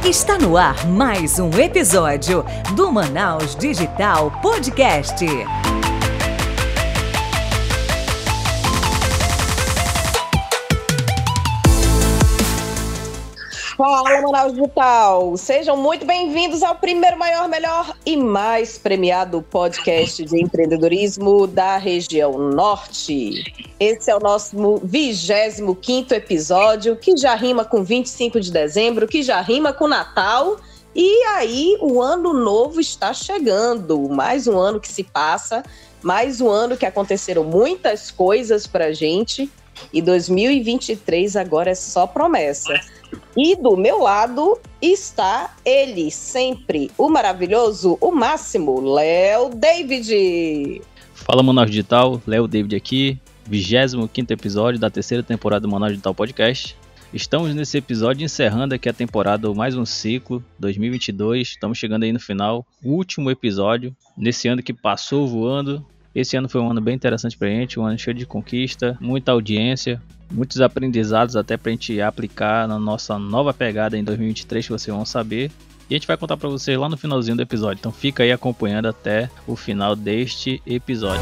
Está no ar mais um episódio do Manaus Digital Podcast. Fala, Manaus Digital! Sejam muito bem-vindos ao primeiro, maior, melhor e mais premiado podcast de empreendedorismo da região norte. Esse é o nosso 25º episódio, que já rima com 25 de dezembro, que já rima com Natal. E aí, o ano novo está chegando. Mais um ano que se passa, mais um ano que aconteceram muitas coisas pra gente. E 2023 agora é só promessa. E do meu lado está ele, sempre, o maravilhoso, o máximo, Léo David. Fala, Manaus Digital, Léo David aqui, 25º episódio da terceira temporada do Manaus Digital Podcast. Estamos nesse episódio encerrando aqui a temporada, mais um ciclo, 2022, estamos chegando aí no final, o último episódio, nesse ano que passou voando. Esse ano foi um ano bem interessante pra gente, um ano cheio de conquista, muita audiência, muitos aprendizados até pra gente aplicar na nossa nova pegada em 2023, que vocês vão saber. E a gente vai contar pra vocês lá no finalzinho do episódio, então fica aí acompanhando até o final deste episódio.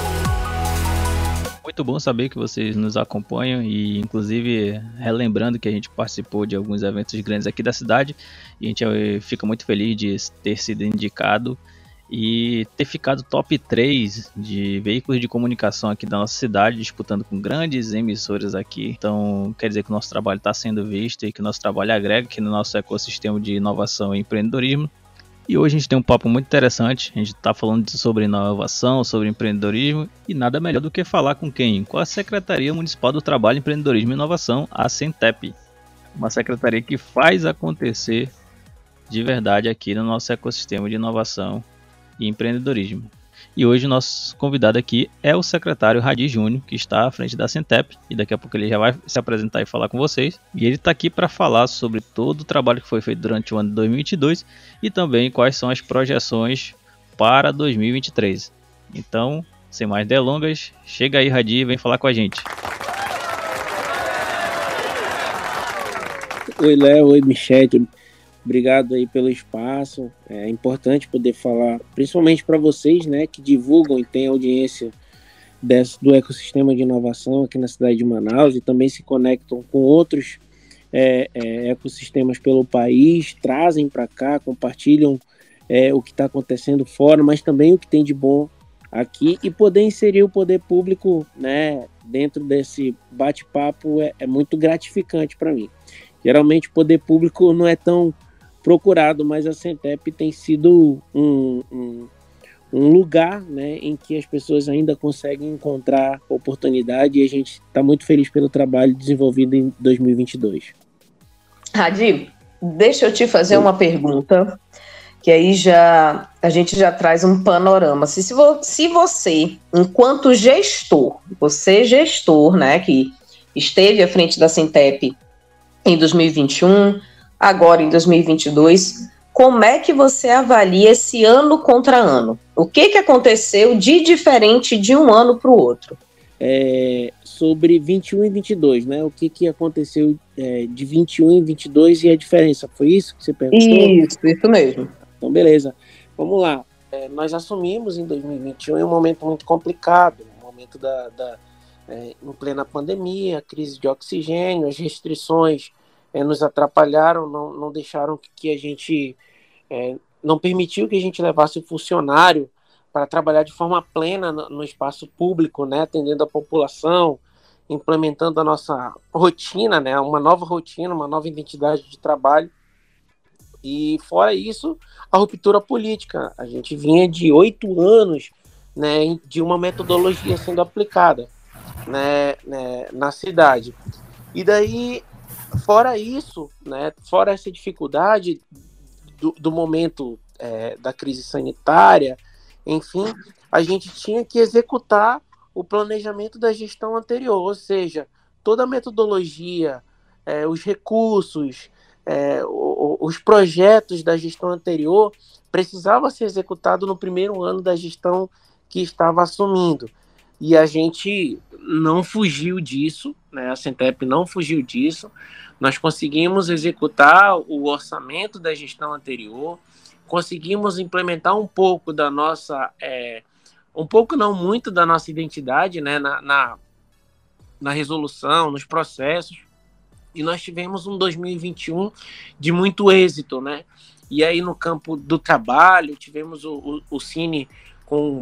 Muito bom saber que vocês nos acompanham e, inclusive, relembrando que a gente participou de alguns eventos grandes aqui da cidade e a gente fica muito feliz de ter sido indicado e ter ficado top 3 de veículos de comunicação aqui da nossa cidade, disputando com grandes emissoras aqui. Então, quer dizer que o nosso trabalho está sendo visto e que o nosso trabalho agrega aqui no nosso ecossistema de inovação e empreendedorismo. E hoje a gente tem um papo muito interessante, a gente está falando sobre inovação, sobre empreendedorismo, e nada melhor do que falar com quem? Com a Secretaria Municipal do Trabalho, Empreendedorismo e Inovação, a Centep. Uma secretaria que faz acontecer de verdade aqui no nosso ecossistema de inovação e empreendedorismo. E hoje o nosso convidado aqui é o secretário Radi Júnior, que está à frente da Centep, e daqui a pouco ele já vai se apresentar e falar com vocês. E ele está aqui para falar sobre todo o trabalho que foi feito durante o ano de 2022 e também quais são as projeções para 2023. Então, sem mais delongas, chega aí, Radi, e vem falar com a gente. Oi, Léo, oi, Michele. Obrigado aí pelo espaço. É importante poder falar, principalmente para vocês, né, que divulgam e têm audiência do ecossistema de inovação aqui na cidade de Manaus e também se conectam com outros ecossistemas pelo país, trazem para cá, compartilham o que está acontecendo fora, mas também o que tem de bom aqui e poder inserir o poder público, né, dentro desse bate-papo é muito gratificante para mim. Geralmente o poder público não é tão procurado, mas a Centep tem sido um lugar, né, em que as pessoas ainda conseguem encontrar oportunidade e a gente está muito feliz pelo trabalho desenvolvido em 2022. Radi, deixa eu te fazer uma pergunta, que aí a gente já traz um panorama. Se você, enquanto gestor, né, que esteve à frente da Centep em 2021, agora em 2022, como é que você avalia esse ano contra ano? O que aconteceu de diferente de um ano para o outro? Sobre 21 e 22, né? O que aconteceu de 21 e 22 e a diferença? Foi isso que você perguntou? Isso mesmo. Então, beleza. Vamos lá. Nós assumimos em 2021 um momento muito complicado, um momento em plena pandemia, crise de oxigênio, as restrições nos atrapalharam, não deixaram que a gente, não permitiu que a gente levasse o funcionário para trabalhar de forma plena no espaço público, né, atendendo a população, implementando a nossa rotina, né, uma nova rotina, uma nova identidade de trabalho. E fora isso, a ruptura política. A gente vinha de 8 anos, né, de uma metodologia sendo aplicada, né, na cidade. E daí, fora isso, né, fora essa dificuldade do momento da crise sanitária, enfim, a gente tinha que executar o planejamento da gestão anterior, ou seja, toda a metodologia, os recursos, os projetos da gestão anterior precisavam ser executados no primeiro ano da gestão que estava assumindo. E a gente não fugiu disso, né? A Centep não fugiu disso. Nós conseguimos executar o orçamento da gestão anterior, conseguimos implementar um pouco da nossa, um pouco não muito da nossa identidade, né, na resolução, nos processos, e nós tivemos um 2021 de muito êxito, né? E aí no campo do trabalho, tivemos o Cine com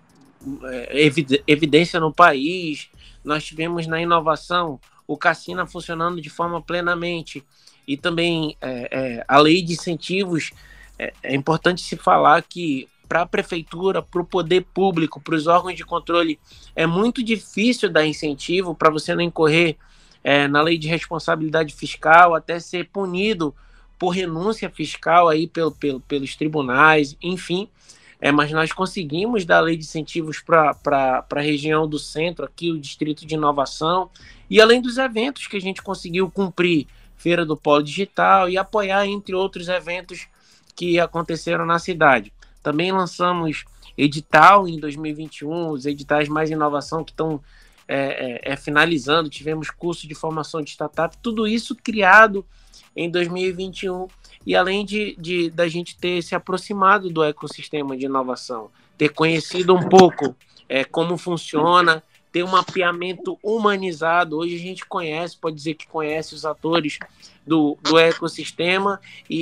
evidência no país, nós tivemos na inovação o Cassina funcionando de forma plenamente, e também a lei de incentivos. É importante se falar que para a prefeitura, para o poder público, para os órgãos de controle, é muito difícil dar incentivo para você não incorrer na lei de responsabilidade fiscal, até ser punido por renúncia fiscal aí pelos tribunais, enfim. Mas nós conseguimos dar lei de incentivos para a região do centro, aqui o Distrito de Inovação, e além dos eventos que a gente conseguiu cumprir, Feira do Polo Digital, e apoiar, entre outros eventos que aconteceram na cidade. Também lançamos edital em 2021, os editais Mais Inovação que estão finalizando, tivemos curso de formação de startup, tudo isso criado em 2021, e além da gente ter se aproximado do ecossistema de inovação, ter conhecido um pouco como funciona, ter um mapeamento humanizado. Hoje a gente pode dizer que conhece os atores do ecossistema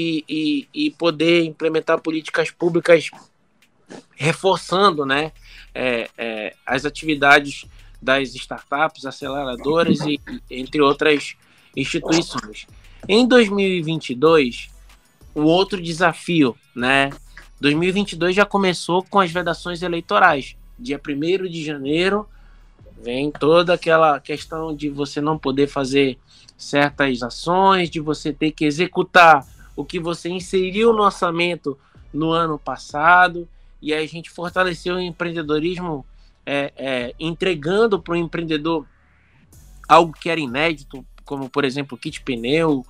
e poder implementar políticas públicas reforçando, né, as atividades das startups, aceleradoras e entre outras instituições. Em 2022, o outro desafio, né? 2022 já começou com as vedações eleitorais. Dia 1º de janeiro vem toda aquela questão de você não poder fazer certas ações, de você ter que executar o que você inseriu no orçamento no ano passado, e aí a gente fortaleceu o empreendedorismo, entregando para o empreendedor algo que era inédito, como, por exemplo, o kit pneu,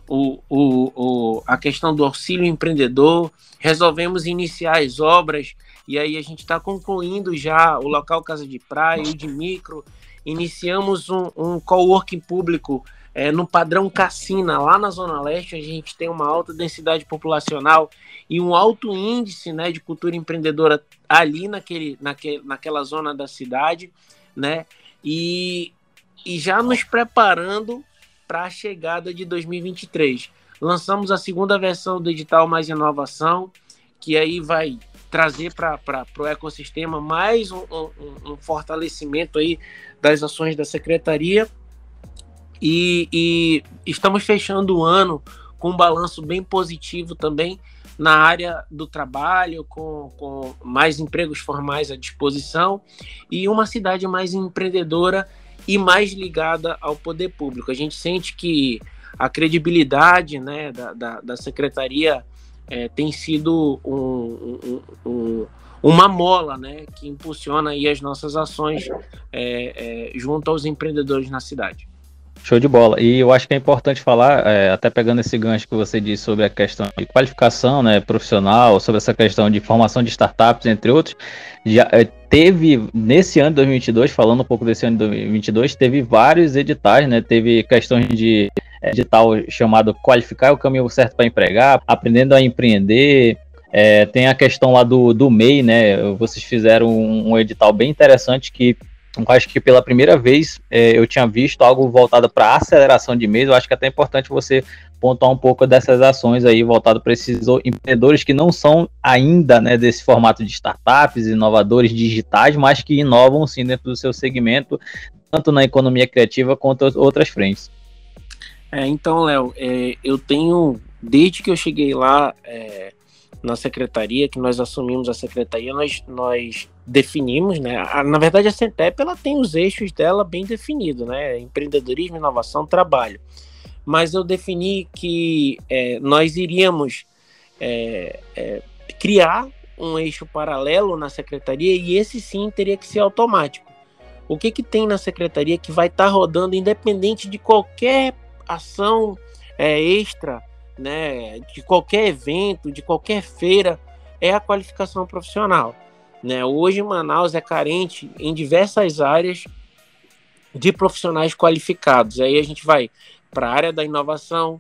a questão do auxílio empreendedor. Resolvemos iniciar as obras, e aí a gente está concluindo já o local Casa de Praia, o de micro. Iniciamos um coworking público no padrão Cassina, lá na Zona Leste. A gente tem uma alta densidade populacional e um alto índice, né, de cultura empreendedora ali naquela zona da cidade, né? E já nos preparando para a chegada de 2023. Lançamos a segunda versão do edital Mais Inovação, que aí vai trazer para o ecossistema mais um fortalecimento aí das ações da Secretaria, e estamos fechando o ano com um balanço bem positivo também na área do trabalho, com mais empregos formais à disposição e uma cidade mais empreendedora e mais ligada ao poder público. A gente sente que a credibilidade, né, da Secretaria tem sido uma mola, né, que impulsiona aí as nossas ações junto aos empreendedores na cidade. Show de bola. E eu acho que é importante falar, até pegando esse gancho que você disse sobre a questão de qualificação, né, profissional, sobre essa questão de formação de startups, entre outros, já teve, nesse ano de 2022, falando um pouco desse ano de 2022, teve vários editais, né, teve questões de edital chamado Qualificar o Caminho Certo para Empregar, Aprendendo a Empreender, tem a questão lá do MEI, né, vocês fizeram um edital bem interessante que eu acho que pela primeira vez eu tinha visto algo voltado para aceleração de MEIs. Eu acho que é até importante você pontuar um pouco dessas ações aí voltado para esses empreendedores que não são ainda, né, desse formato de startups, inovadores digitais, mas que inovam sim dentro do seu segmento, tanto na economia criativa quanto outras frentes. Então, Léo, eu tenho, desde que eu cheguei lá na secretaria, que nós assumimos a secretaria, nós definimos, né? Na verdade, a Centep, ela tem os eixos dela bem definidos, né? Empreendedorismo, inovação, trabalho. Mas eu defini que nós iríamos criar um eixo paralelo na secretaria, e esse sim teria que ser automático. O que tem na secretaria que vai estar rodando independente de qualquer ação extra, né? De qualquer evento, de qualquer feira, é a qualificação profissional. Né? Hoje Manaus é carente em diversas áreas de profissionais qualificados. Aí a gente vai para a área da inovação,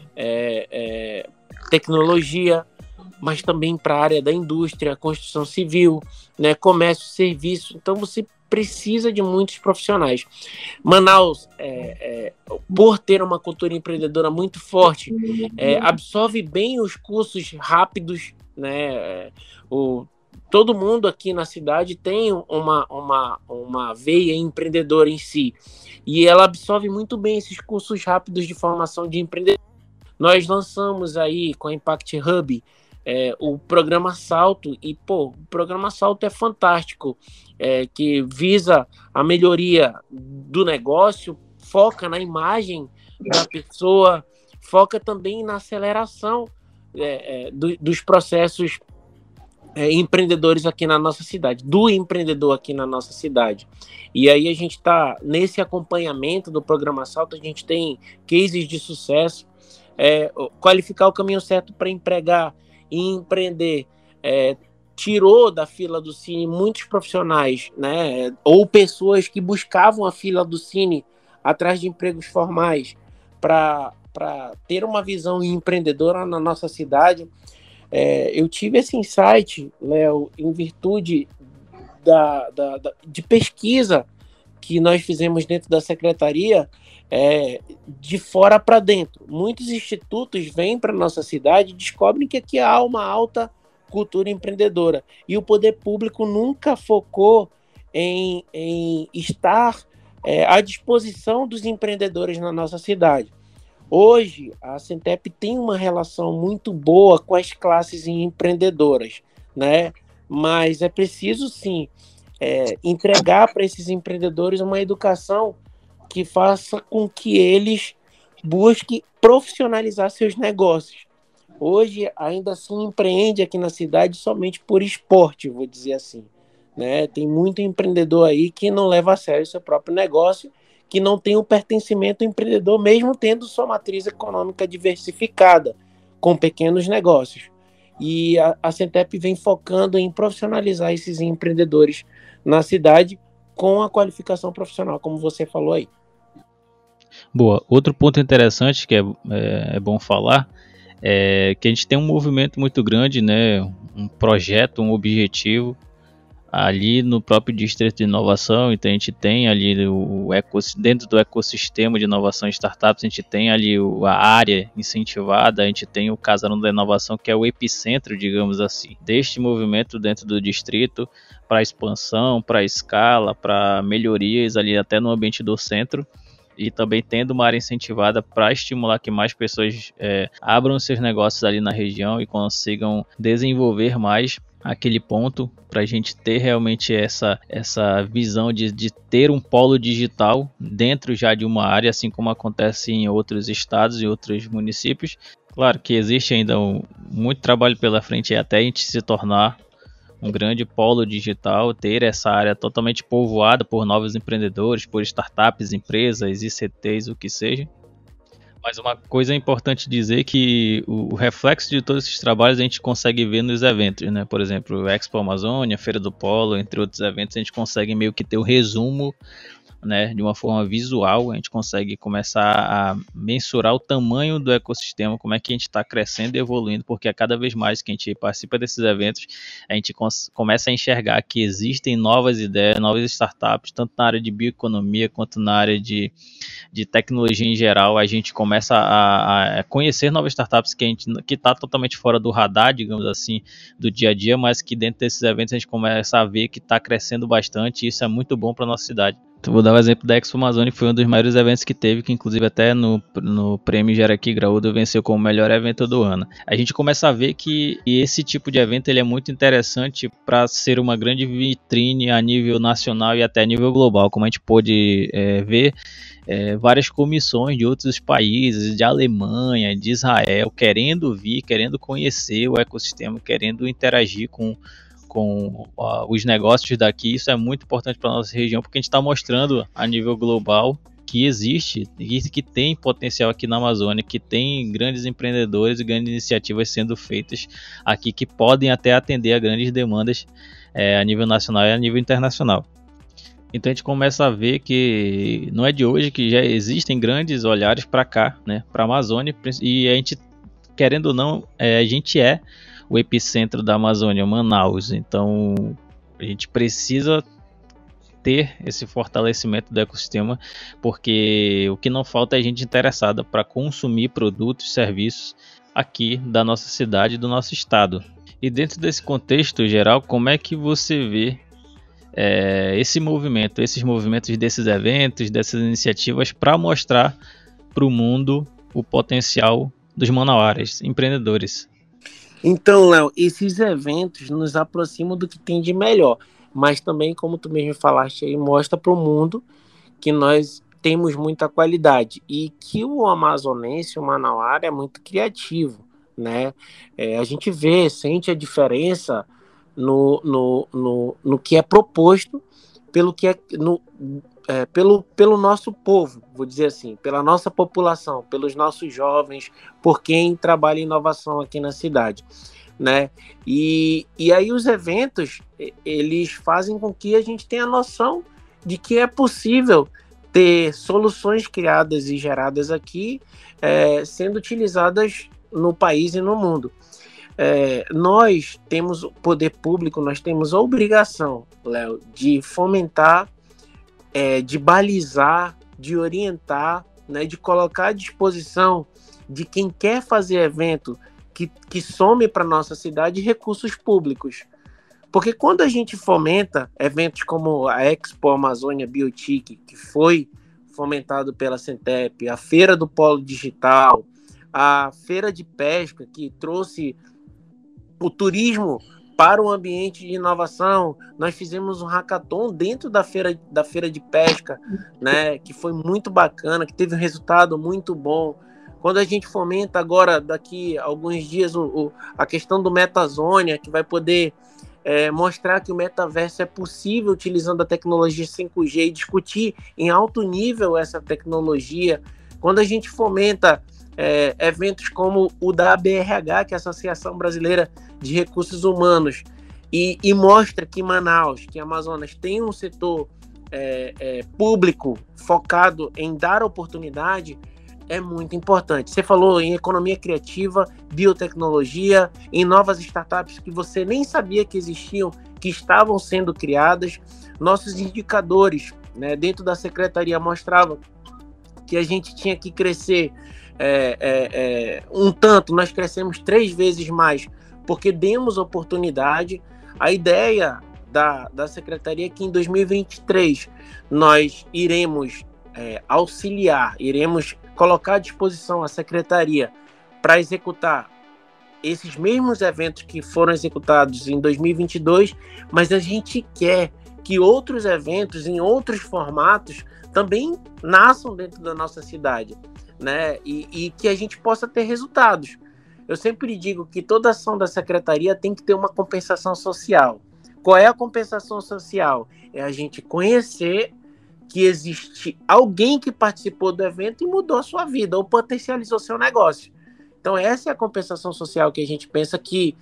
tecnologia, mas também para a área da indústria, construção civil, né, comércio, serviço. Então você precisa de muitos profissionais. Manaus, por ter uma cultura empreendedora muito forte, absorve bem os cursos rápidos, né? Todo mundo aqui na cidade tem uma veia empreendedora em si, e ela absorve muito bem esses cursos rápidos de formação de empreendedor. Nós lançamos aí com a Impact Hub o programa Salto, e o programa Salto é fantástico, que visa a melhoria do negócio, foca na imagem da pessoa, foca também na aceleração dos processos empreendedores aqui na nossa cidade, do empreendedor aqui na nossa cidade. E aí a gente está nesse acompanhamento do programa Salto, a gente tem cases de sucesso, qualificar o caminho certo para empregar e empreender, tirou da fila do Cine muitos profissionais, né, ou pessoas que buscavam a fila do Cine atrás de empregos formais para ter uma visão empreendedora na nossa cidade. Eu tive esse insight, Léo, em virtude de pesquisa que nós fizemos dentro da secretaria, de fora para dentro. Muitos institutos vêm para a nossa cidade e descobrem que aqui há uma alta cultura empreendedora. E o poder público nunca focou em estar à disposição dos empreendedores na nossa cidade. Hoje, a Centep tem uma relação muito boa com as classes empreendedoras, né? Mas é preciso, sim, entregar para esses empreendedores uma educação que faça com que eles busquem profissionalizar seus negócios. Hoje, ainda se empreende aqui na cidade somente por esporte, vou dizer assim, né? Tem muito empreendedor aí que não leva a sério o seu próprio negócio, que não tem o pertencimento empreendedor, mesmo tendo sua matriz econômica diversificada, com pequenos negócios. E a Centep vem focando em profissionalizar esses empreendedores na cidade com a qualificação profissional, como você falou aí. Boa. Outro ponto interessante que é bom falar é que a gente tem um movimento muito grande, né, um projeto, um objetivo ali no próprio Distrito de Inovação. Então a gente tem ali dentro do ecossistema de inovação e startups, a gente tem ali a área incentivada, a gente tem o Casarão da Inovação, que é o epicentro, digamos assim, deste movimento dentro do distrito, para expansão, para escala, para melhorias ali até no ambiente do centro, e também tendo uma área incentivada para estimular que mais pessoas abram seus negócios ali na região e consigam desenvolver mais aquele ponto, para a gente ter realmente essa visão de ter um polo digital dentro já de uma área, assim como acontece em outros estados e outros municípios. Claro que existe ainda muito trabalho pela frente até a gente se tornar um grande polo digital, ter essa área totalmente povoada por novos empreendedores, por startups, empresas, ICTs, o que seja. Mas uma coisa importante dizer que o reflexo de todos esses trabalhos a gente consegue ver nos eventos, né? Por exemplo, o Expo Amazônia, Feira do Polo, entre outros eventos, a gente consegue meio que ter o resumo, né, de uma forma visual. A gente consegue começar a mensurar o tamanho do ecossistema, como é que a gente está crescendo e evoluindo, porque a cada vez mais que a gente participa desses eventos, a gente começa a enxergar que existem novas ideias, novas startups, tanto na área de bioeconomia quanto na área de tecnologia em geral. A gente começa a conhecer novas startups que está totalmente fora do radar, digamos assim, do dia a dia, mas que dentro desses eventos a gente começa a ver que está crescendo bastante, e isso é muito bom para a nossa cidade. Vou dar o exemplo da Expo Amazônia, que foi um dos maiores eventos que teve, que inclusive até no prêmio Jaraqui Graúdo venceu como o melhor evento do ano. A gente começa a ver que esse tipo de evento ele é muito interessante para ser uma grande vitrine a nível nacional e até a nível global, como a gente pôde ver. Várias comissões de outros países, de Alemanha, de Israel, querendo vir, querendo conhecer o ecossistema, querendo interagir com os negócios daqui. Isso é muito importante para a nossa região, porque a gente está mostrando a nível global que existe e que tem potencial aqui na Amazônia, que tem grandes empreendedores e grandes iniciativas sendo feitas aqui, que podem até atender a grandes demandas a nível nacional e a nível internacional. Então a gente começa a ver que não é de hoje que já existem grandes olhares para cá, né, para a Amazônia, e a gente, querendo ou não, a gente é o epicentro da Amazônia, Manaus. Então a gente precisa ter esse fortalecimento do ecossistema, porque o que não falta é gente interessada para consumir produtos e serviços aqui da nossa cidade e do nosso estado. E dentro desse contexto geral, como é que você vê esses movimentos desses eventos, dessas iniciativas, para mostrar para o mundo o potencial dos manauaras, empreendedores? Então, Léo, esses eventos nos aproximam do que tem de melhor, mas também, como tu mesmo falaste aí, mostra para o mundo que nós temos muita qualidade e que o amazonense, o manauara, é muito criativo, né? A gente vê, sente a diferença no que é proposto pelo que pelo nosso povo, vou dizer assim, pela nossa população, pelos nossos jovens, por quem trabalha em inovação aqui na cidade, né? E aí os eventos, eles fazem com que a gente tenha noção de que é possível ter soluções criadas e geradas aqui, sendo utilizadas no país e no mundo. Nós temos o poder público, nós temos a obrigação, Léo, de fomentar, de balizar, de orientar, né, de colocar à disposição de quem quer fazer evento que some para a nossa cidade recursos públicos. Porque quando a gente fomenta eventos como a Expo Amazônia Biotic, que foi fomentado pela Sentep, a Feira do Polo Digital, a Feira de Pesca, que trouxe o turismo para o ambiente de inovação, nós fizemos um hackathon dentro da feira de pesca, né, que foi muito bacana, que teve um resultado muito bom. Quando a gente fomenta agora, daqui a alguns dias, a questão do Metazônia, que vai poder mostrar que o metaverso é possível utilizando a tecnologia 5G e discutir em alto nível essa tecnologia. Quando a gente fomenta eventos como o da ABRH, que é a Associação Brasileira de Recursos Humanos, e mostra que Manaus, que Amazonas tem um setor público focado em dar oportunidade, é muito importante. Você falou em economia criativa, biotecnologia, em novas startups que você nem sabia que existiam, que estavam sendo criadas. Nossos indicadores, né, dentro da secretaria mostravam que a gente tinha que crescer um tanto, nós crescemos 3 vezes mais, porque demos oportunidade. A ideia da secretaria é que em 2023 nós iremos auxiliar, iremos colocar à disposição a secretaria para executar esses mesmos eventos que foram executados em 2022, mas a gente quer que outros eventos em outros formatos também nasçam dentro da nossa cidade, né? E que a gente possa ter resultados. Eu sempre digo que toda ação da secretaria tem que ter uma compensação social. Qual é a compensação social? É a gente conhecer que existe alguém que participou do evento e mudou a sua vida ou potencializou seu negócio. Então essa é a compensação social que a gente pensa que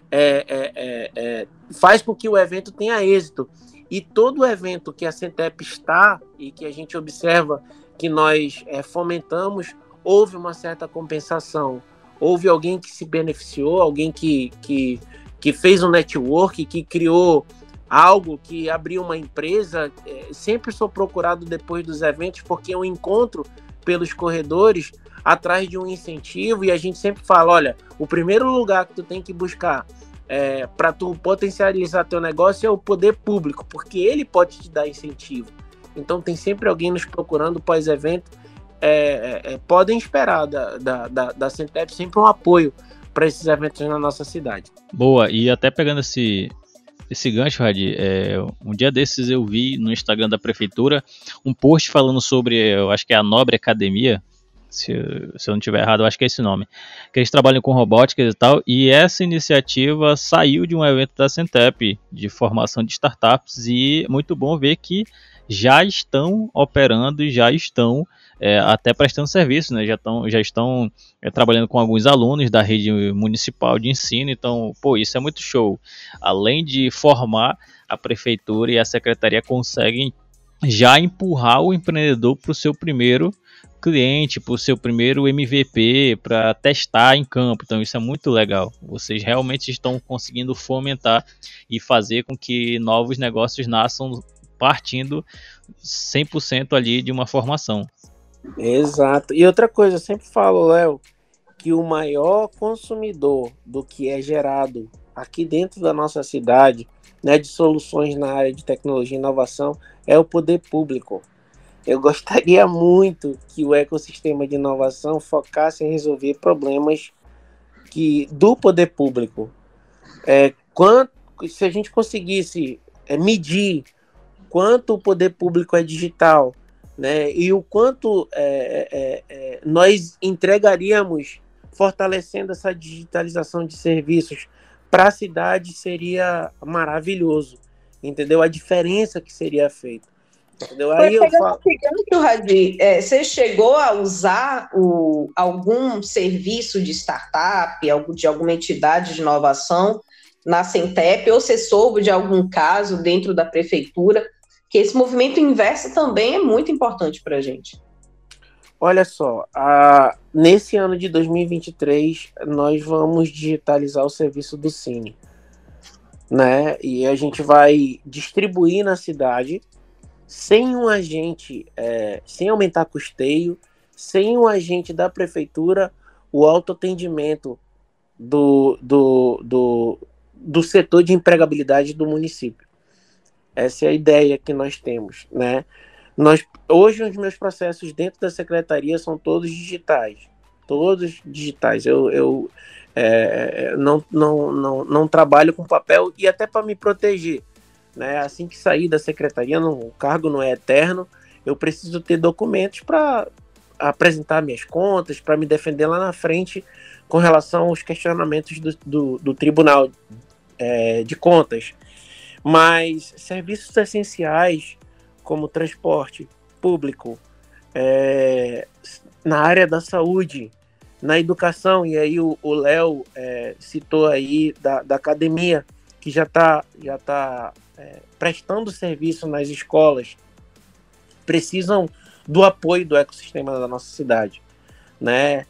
faz com que o evento tenha êxito. E todo evento que a Sentep está e que a gente observa que nós fomentamos, houve uma certa compensação. Houve alguém que se beneficiou, alguém que fez um network, que criou algo, que abriu uma empresa. Sempre sou procurado depois dos eventos, porque eu encontro pelos corredores atrás de um incentivo, e a gente sempre fala, olha, o primeiro lugar que tu tem que buscar para tu potencializar teu negócio é o poder público, porque ele pode te dar incentivo. Então tem sempre alguém nos procurando pós-evento. Podem esperar da Sentep sempre um apoio para esses eventos na nossa cidade. Boa, e até pegando esse gancho, Radi, um dia desses eu vi no Instagram da prefeitura um post falando sobre, eu acho que é a Nobre Academia, se eu não estiver errado, eu acho que é esse nome, que eles trabalham com robótica e tal, e essa iniciativa saiu de um evento da Sentep, de formação de startups, e é muito bom ver que já estão operando e já estão até prestando serviço, né? Já estão trabalhando com alguns alunos da rede municipal de ensino. Então, isso é muito show. Além de formar, a prefeitura e a secretaria conseguem já empurrar o empreendedor para o seu primeiro cliente, para o seu primeiro MVP, para testar em campo. Então isso é muito legal. Vocês realmente estão conseguindo fomentar e fazer com que novos negócios nasçam partindo 100% ali de uma formação. Exato. E outra coisa, eu sempre falo, Léo, que o maior consumidor do que é gerado aqui dentro da nossa cidade, né, de soluções na área de tecnologia e inovação, é o poder público. Eu gostaria muito que o ecossistema de inovação focasse em resolver problemas do poder público. Se a gente conseguisse medir quanto o poder público é digital, né, e o quanto nós entregaríamos fortalecendo essa digitalização de serviços para a cidade, seria maravilhoso, entendeu? A diferença que seria feita. Entendeu? Aí eu falo... Radi, você chegou a usar algum serviço de startup, de alguma entidade de inovação na Centep, ou você soube de algum caso dentro da prefeitura, que esse movimento inverso também é muito importante para a gente? Olha só, nesse ano de 2023, nós vamos digitalizar o serviço do Cine, né? E a gente vai distribuir na cidade sem um agente, sem aumentar custeio, sem um agente da prefeitura, o autoatendimento do setor de empregabilidade do município. Essa é a ideia que nós temos, né? Hoje, os meus processos dentro da secretaria são todos digitais. Todos digitais. Eu não trabalho com papel, e até para me proteger, né? Assim que sair da secretaria, o cargo não é eterno, eu preciso ter documentos para apresentar minhas contas, para me defender lá na frente com relação aos questionamentos do Tribunal de Contas. Mas serviços essenciais, como transporte público, na área da saúde, na educação, e aí o Léo citou aí da academia, que já está prestando serviço nas escolas, precisam do apoio do ecossistema da nossa cidade, né?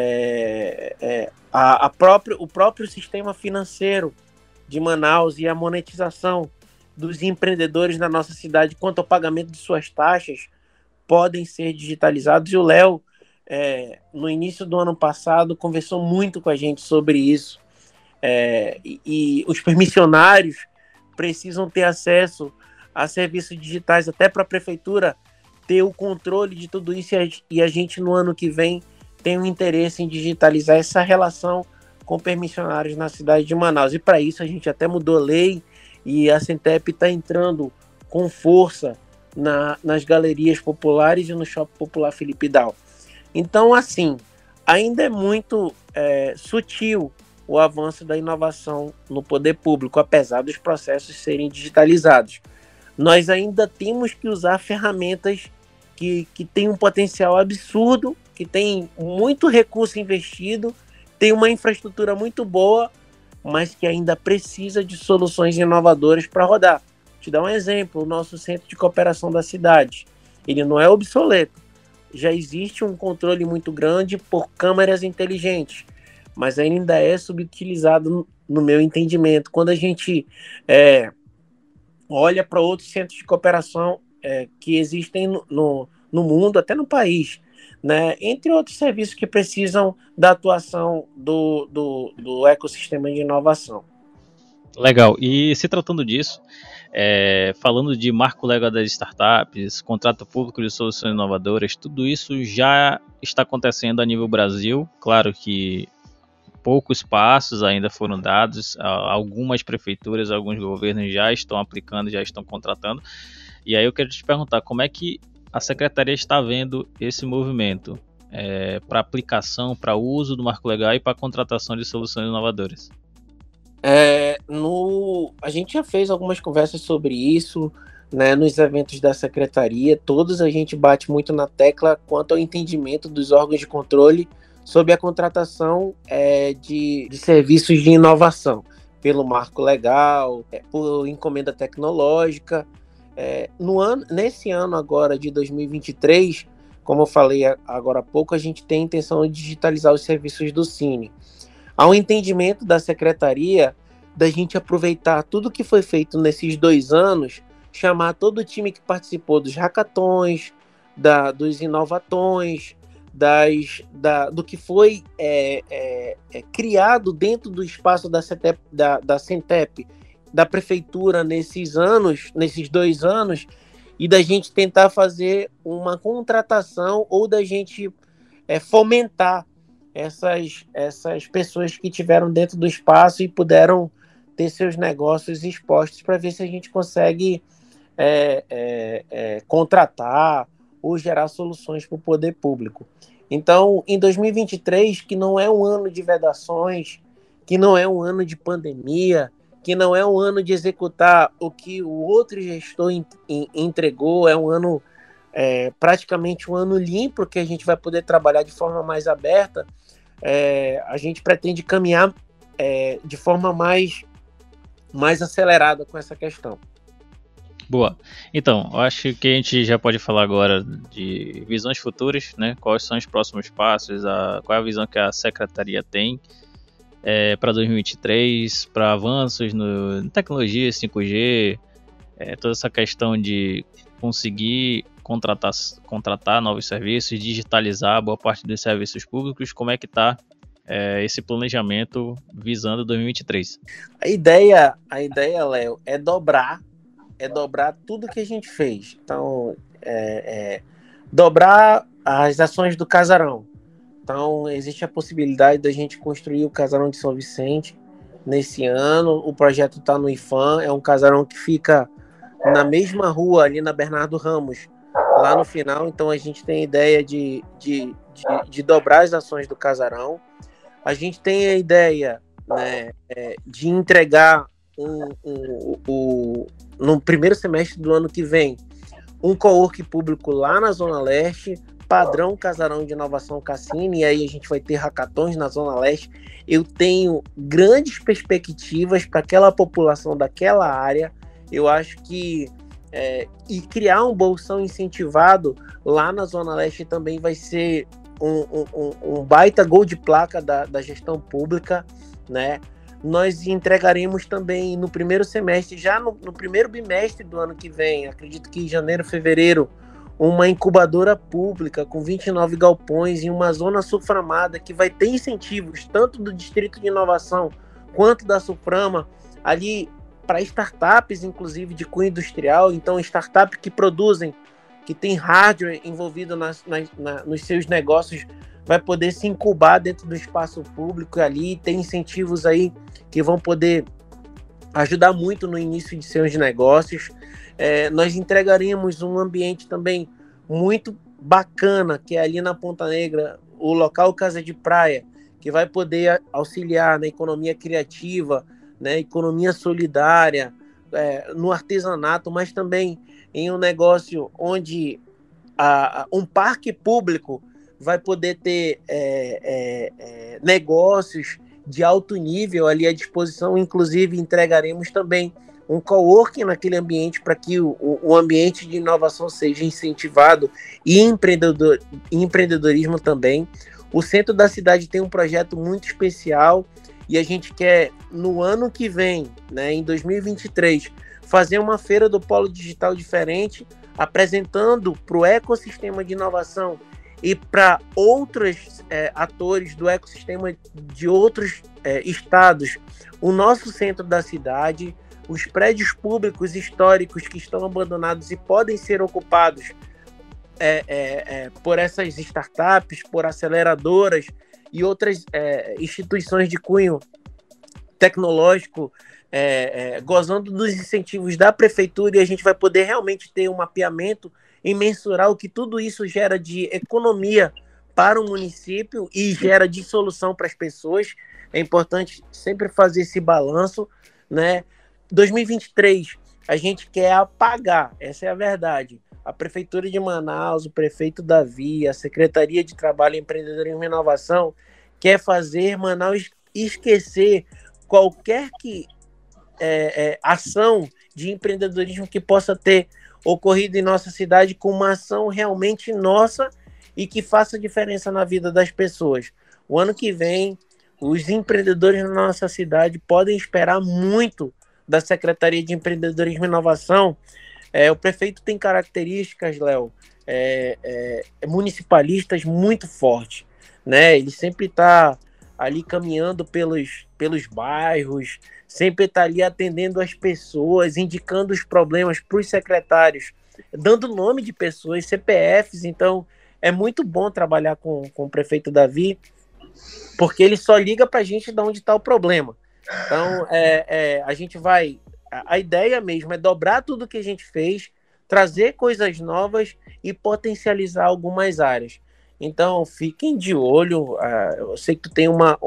O próprio sistema financeiro de Manaus e a monetização dos empreendedores na nossa cidade quanto ao pagamento de suas taxas podem ser digitalizados. E o Léo, no início do ano passado, conversou muito com a gente sobre isso. E os permissionários precisam ter acesso a serviços digitais, até para a prefeitura ter o controle de tudo isso, e a gente, no ano que vem, tem um interesse em digitalizar essa relação com permissionários na cidade de Manaus. E para isso a gente até mudou a lei, e a Centep está entrando com força nas galerias populares e no Shopping Popular Felipe Dal. Então, assim, ainda é muito sutil o avanço da inovação no poder público, apesar dos processos serem digitalizados. Nós ainda temos que usar ferramentas que têm um potencial absurdo, que têm muito recurso investido, tem uma infraestrutura muito boa, mas que ainda precisa de soluções inovadoras para rodar. Vou te dar um exemplo: o nosso centro de cooperação da cidade, ele não é obsoleto, já existe um controle muito grande por câmeras inteligentes, mas ainda é subutilizado no meu entendimento. Quando a gente olha para outros centros de cooperação que existem no mundo, até no país, né, entre outros serviços que precisam da atuação do ecossistema de inovação. Legal. E se tratando disso, falando de marco legal das startups, contrato público de soluções inovadoras, tudo isso já está acontecendo a nível Brasil. Claro que poucos passos ainda foram dados, algumas prefeituras, alguns governos já estão aplicando, já estão contratando. E aí eu quero te perguntar, como é que a Secretaria está vendo esse movimento para aplicação, para uso do marco legal e para contratação de soluções inovadoras? A gente já fez algumas conversas sobre isso, né, nos eventos da Secretaria. Todos a gente bate muito na tecla quanto ao entendimento dos órgãos de controle sobre a contratação de serviços de inovação, pelo marco legal, por encomenda tecnológica. Nesse ano agora de 2023, como eu falei agora há pouco, a gente tem a intenção de digitalizar os serviços do Cine. Há um entendimento da secretaria da gente aproveitar tudo que foi feito nesses 2 anos, chamar todo o time que participou dos hackathons, dos inovatões, do que foi criado dentro do espaço da Centep, da prefeitura nesses 2 anos, e da gente tentar fazer uma contratação ou da gente fomentar essas pessoas que tiveram dentro do espaço e puderam ter seus negócios expostos, para ver se a gente consegue contratar ou gerar soluções para o poder público. Então, em 2023, que não é um ano de vedações, que não é um ano de pandemia, que não é um ano de executar o que o outro gestor entregou, é um ano, praticamente um ano limpo, que a gente vai poder trabalhar de forma mais aberta. A gente pretende caminhar de forma mais acelerada com essa questão. Boa. Então, eu acho que a gente já pode falar agora de visões futuras, né? Quais são os próximos passos, qual é a visão que a secretaria tem para 2023, para avanços em tecnologia, 5G, toda essa questão de conseguir contratar novos serviços, digitalizar boa parte dos serviços públicos. Como é que está esse planejamento visando 2023? A ideia, Léo, é dobrar tudo que a gente fez. Então, dobrar as ações do casarão. Então, existe a possibilidade da gente construir o casarão de São Vicente nesse ano. O projeto está no IFAM, é um casarão que fica na mesma rua, ali na Bernardo Ramos, lá no final. Então, a gente tem a ideia de dobrar as ações do casarão. A gente tem a ideia, né, de entregar no primeiro semestre do ano que vem um coworking público lá na Zona Leste, padrão Casarão de Inovação Cassini, e aí a gente vai ter hackathons na Zona Leste. Eu tenho grandes perspectivas para aquela população daquela área. Eu acho que e criar um bolsão incentivado lá na Zona Leste também vai ser um baita gol de placa da gestão pública, né? Nós entregaremos também no primeiro semestre, já no primeiro bimestre do ano que vem, acredito que em janeiro, fevereiro, uma incubadora pública com 29 galpões em uma zona sulframada que vai ter incentivos tanto do Distrito de Inovação quanto da Sulframa, ali para startups, inclusive de cunho industrial. Então, startups que produzem, que tem hardware envolvido nos seus negócios, vai poder se incubar dentro do espaço público ali, tem incentivos aí que vão poder ajudar muito no início de seus negócios. Nós entregaremos um ambiente também muito bacana, que é ali na Ponta Negra, o local Casa de Praia, que vai poder auxiliar na economia criativa, né, economia solidária, no artesanato, mas também em um negócio onde um parque público vai poder ter negócios de alto nível ali à disposição. Inclusive, entregaremos também um coworking naquele ambiente para que o ambiente de inovação seja incentivado e empreendedorismo também. O centro da cidade tem um projeto muito especial e a gente quer, no ano que vem, né, em 2023, fazer uma feira do Polo Digital diferente, apresentando para o ecossistema de inovação e para outros atores do ecossistema de outros estados, o nosso centro da cidade, os prédios públicos históricos que estão abandonados e podem ser ocupados por essas startups, por aceleradoras e outras instituições de cunho tecnológico, gozando dos incentivos da prefeitura, e a gente vai poder realmente ter um mapeamento e mensurar o que tudo isso gera de economia para o município e gera de solução para as pessoas. É importante sempre fazer esse balanço, né? 2023, a gente quer apagar, essa é a verdade. A Prefeitura de Manaus, o prefeito Davi, a Secretaria de Trabalho, Empreendedorismo e Inovação quer fazer Manaus esquecer qualquer ação de empreendedorismo que possa ter ocorrido em nossa cidade com uma ação realmente nossa e que faça diferença na vida das pessoas. O ano que vem, os empreendedores na nossa cidade podem esperar muito da Secretaria de Empreendedorismo e Inovação. O prefeito tem características, Léo, municipalistas muito fortes, né? Ele sempre está ali caminhando pelos bairros, sempre está ali atendendo as pessoas, indicando os problemas para os secretários, dando nome de pessoas, CPFs. Então, é muito bom trabalhar com o prefeito Davi, porque ele só liga para a gente de onde está o problema. Então, a gente vai... A ideia mesmo é dobrar tudo que a gente fez, trazer coisas novas e potencializar algumas áreas. Então, fiquem de olho. Eu sei que tu tem uma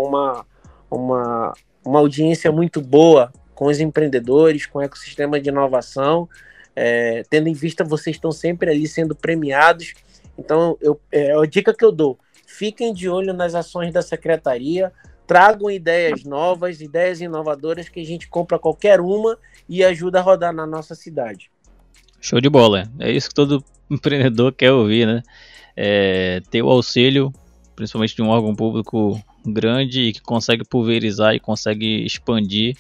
audiência muito boa com os empreendedores, com o ecossistema de inovação. Tendo em vista, vocês estão sempre ali sendo premiados. Então, a dica que eu dou, fiquem de olho nas ações da secretaria, tragam ideias novas, ideias inovadoras que a gente compra qualquer uma e ajuda a rodar na nossa cidade. Show de bola. É isso que todo empreendedor quer ouvir, né? Ter o auxílio, principalmente de um órgão público grande e que consegue pulverizar e consegue expandir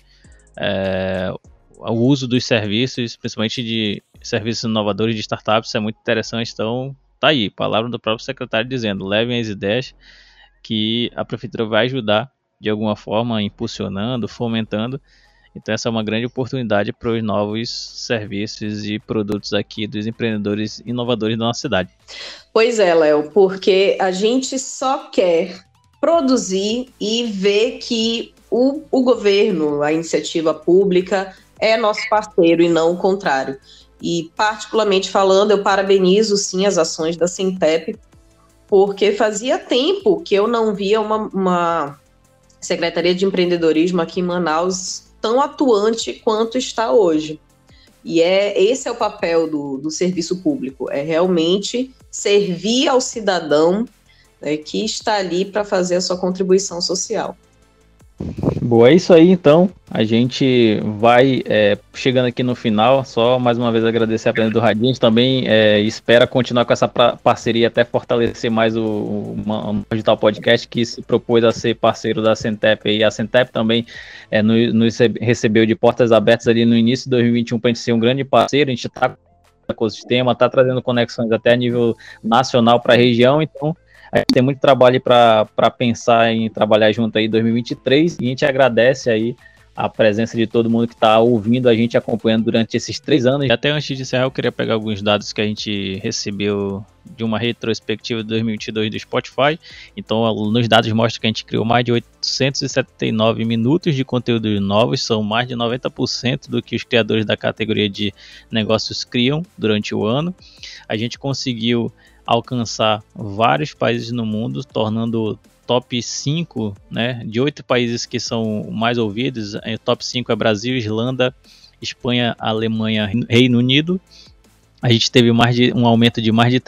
o uso dos serviços, principalmente de serviços inovadores de startups. Isso é muito interessante. Então, tá aí, palavra do próprio secretário dizendo, levem as ideias que a prefeitura vai ajudar de alguma forma, impulsionando, fomentando. Então essa é uma grande oportunidade para os novos serviços e produtos aqui dos empreendedores inovadores da nossa cidade. Pois é, Léo, porque a gente só quer produzir e ver que o governo, a iniciativa pública, é nosso parceiro e não o contrário. E particularmente falando, eu parabenizo sim as ações da Sintep, porque fazia tempo que eu não via uma Secretaria de Empreendedorismo aqui em Manaus tão atuante quanto está hoje. E esse é o papel do serviço público, é realmente servir ao cidadão, né, que está ali para fazer a sua contribuição social. Boa, é isso aí então, a gente vai chegando aqui no final, só mais uma vez agradecer a presença do Radinho, a gente também espera continuar com essa parceria até fortalecer mais o Digital Podcast, que se propôs a ser parceiro da Sintep, e a Sintep também nos recebeu de portas abertas ali no início de 2021 para a gente ser um grande parceiro. A gente está com o ecossistema, está trazendo conexões até a nível nacional para a região, então a gente tem muito trabalho para pensar em trabalhar junto aí em 2023 e a gente agradece aí a presença de todo mundo que está ouvindo a gente, acompanhando durante esses 3 anos. E até antes de encerrar, eu queria pegar alguns dados que a gente recebeu de uma retrospectiva de 2022 do Spotify. Então, nos dados mostra que a gente criou mais de 879 minutos de conteúdos novos, são mais de 90% do que os criadores da categoria de negócios criam durante o ano. A gente conseguiu alcançar vários países no mundo, tornando top 5, né, de 8 países que são mais ouvidos. O top 5 é Brasil, Islândia, Espanha, Alemanha, Reino Unido. A gente teve um aumento de mais de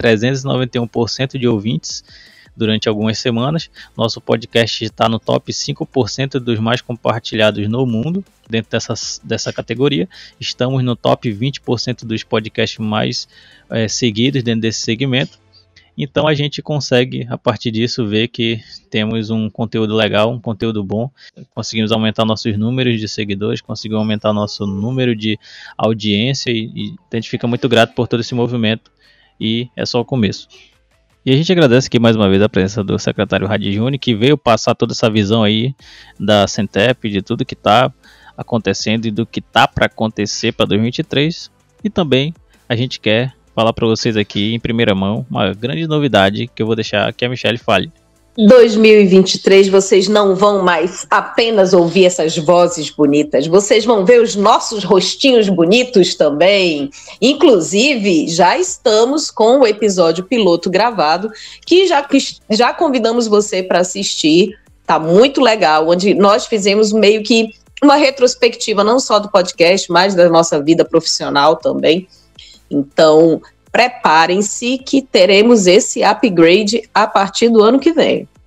391% de ouvintes durante algumas semanas. Nosso podcast está no top 5% dos mais compartilhados no mundo, dentro dessa categoria. Estamos no top 20% dos podcasts mais seguidos dentro desse segmento. Então a gente consegue, a partir disso, ver que temos um conteúdo legal, um conteúdo bom. Conseguimos aumentar nossos números de seguidores, conseguimos aumentar nosso número de audiência e a gente fica muito grato por todo esse movimento e é só o começo. E a gente agradece aqui mais uma vez a presença do secretário Radi Júnior, que veio passar toda essa visão aí da Sintep, de tudo que está acontecendo e do que está para acontecer para 2023. E também a gente quer falar para vocês aqui em primeira mão uma grande novidade que eu vou deixar que a Michelle fale. 2023 vocês não vão mais apenas ouvir essas vozes bonitas, vocês vão ver os nossos rostinhos bonitos também. Inclusive, já estamos com o episódio piloto gravado, que já convidamos você para assistir. Tá muito legal, onde nós fizemos meio que uma retrospectiva não só do podcast, mas da nossa vida profissional também. Então, preparem-se que teremos esse upgrade a partir do ano que vem.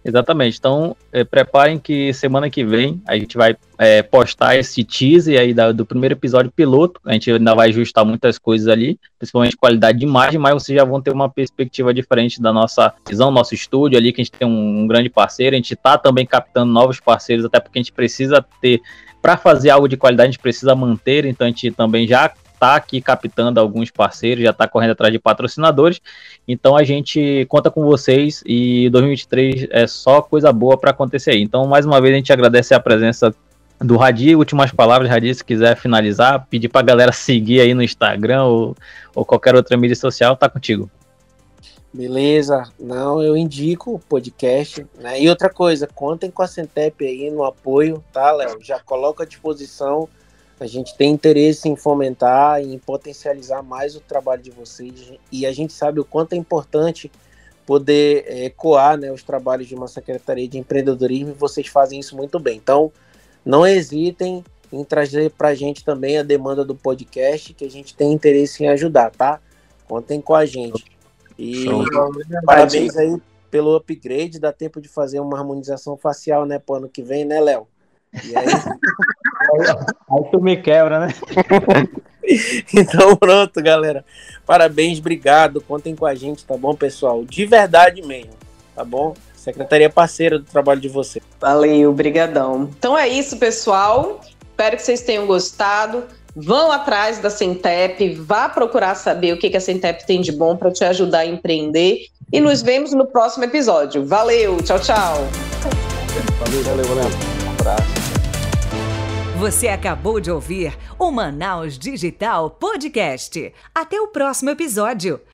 Exatamente. Então, preparem que semana que vem a gente vai postar esse teaser aí do primeiro episódio piloto. A gente ainda vai ajustar muitas coisas ali, principalmente qualidade de imagem, mas vocês já vão ter uma perspectiva diferente da nossa visão, nosso estúdio ali, que a gente tem um grande parceiro. A gente está também captando novos parceiros, até porque a gente precisa ter, para fazer algo de qualidade, a gente precisa manter, então a gente também já está aqui captando alguns parceiros, já está correndo atrás de patrocinadores, então a gente conta com vocês e 2023 é só coisa boa para acontecer aí. Então, mais uma vez, a gente agradece a presença do Radi. Últimas palavras, Radi, se quiser finalizar, pedir para a galera seguir aí no Instagram ou qualquer outra mídia social, tá contigo. Beleza, não, eu indico o podcast, né? E outra coisa, contem com a Centep aí no apoio, tá, Léo? Já coloco à disposição. A gente tem interesse em fomentar e em potencializar mais o trabalho de vocês, e a gente sabe o quanto é importante poder ecoar, né, os trabalhos de uma Secretaria de Empreendedorismo, e vocês fazem isso muito bem. Então, não hesitem em trazer para a gente também a demanda do podcast, que a gente tem interesse em ajudar, tá? Contem com a gente. E parabéns aí pelo upgrade, dá tempo de fazer uma harmonização facial, né, pro ano que vem, né, Léo? E aí... Aí tu me quebra, né? Então pronto, galera. Parabéns, obrigado. Contem com a gente, tá bom, pessoal? De verdade mesmo, tá bom? Secretaria parceira do trabalho de vocês. Valeu, brigadão. Então é isso, pessoal. Espero que vocês tenham gostado. Vão atrás da Centep, vá procurar saber o que a Centep tem de bom para te ajudar a empreender. E nos vemos no próximo episódio. Valeu, tchau, tchau. Valeu. Um abraço. Você acabou de ouvir o Manaus Digital Podcast. Até o próximo episódio.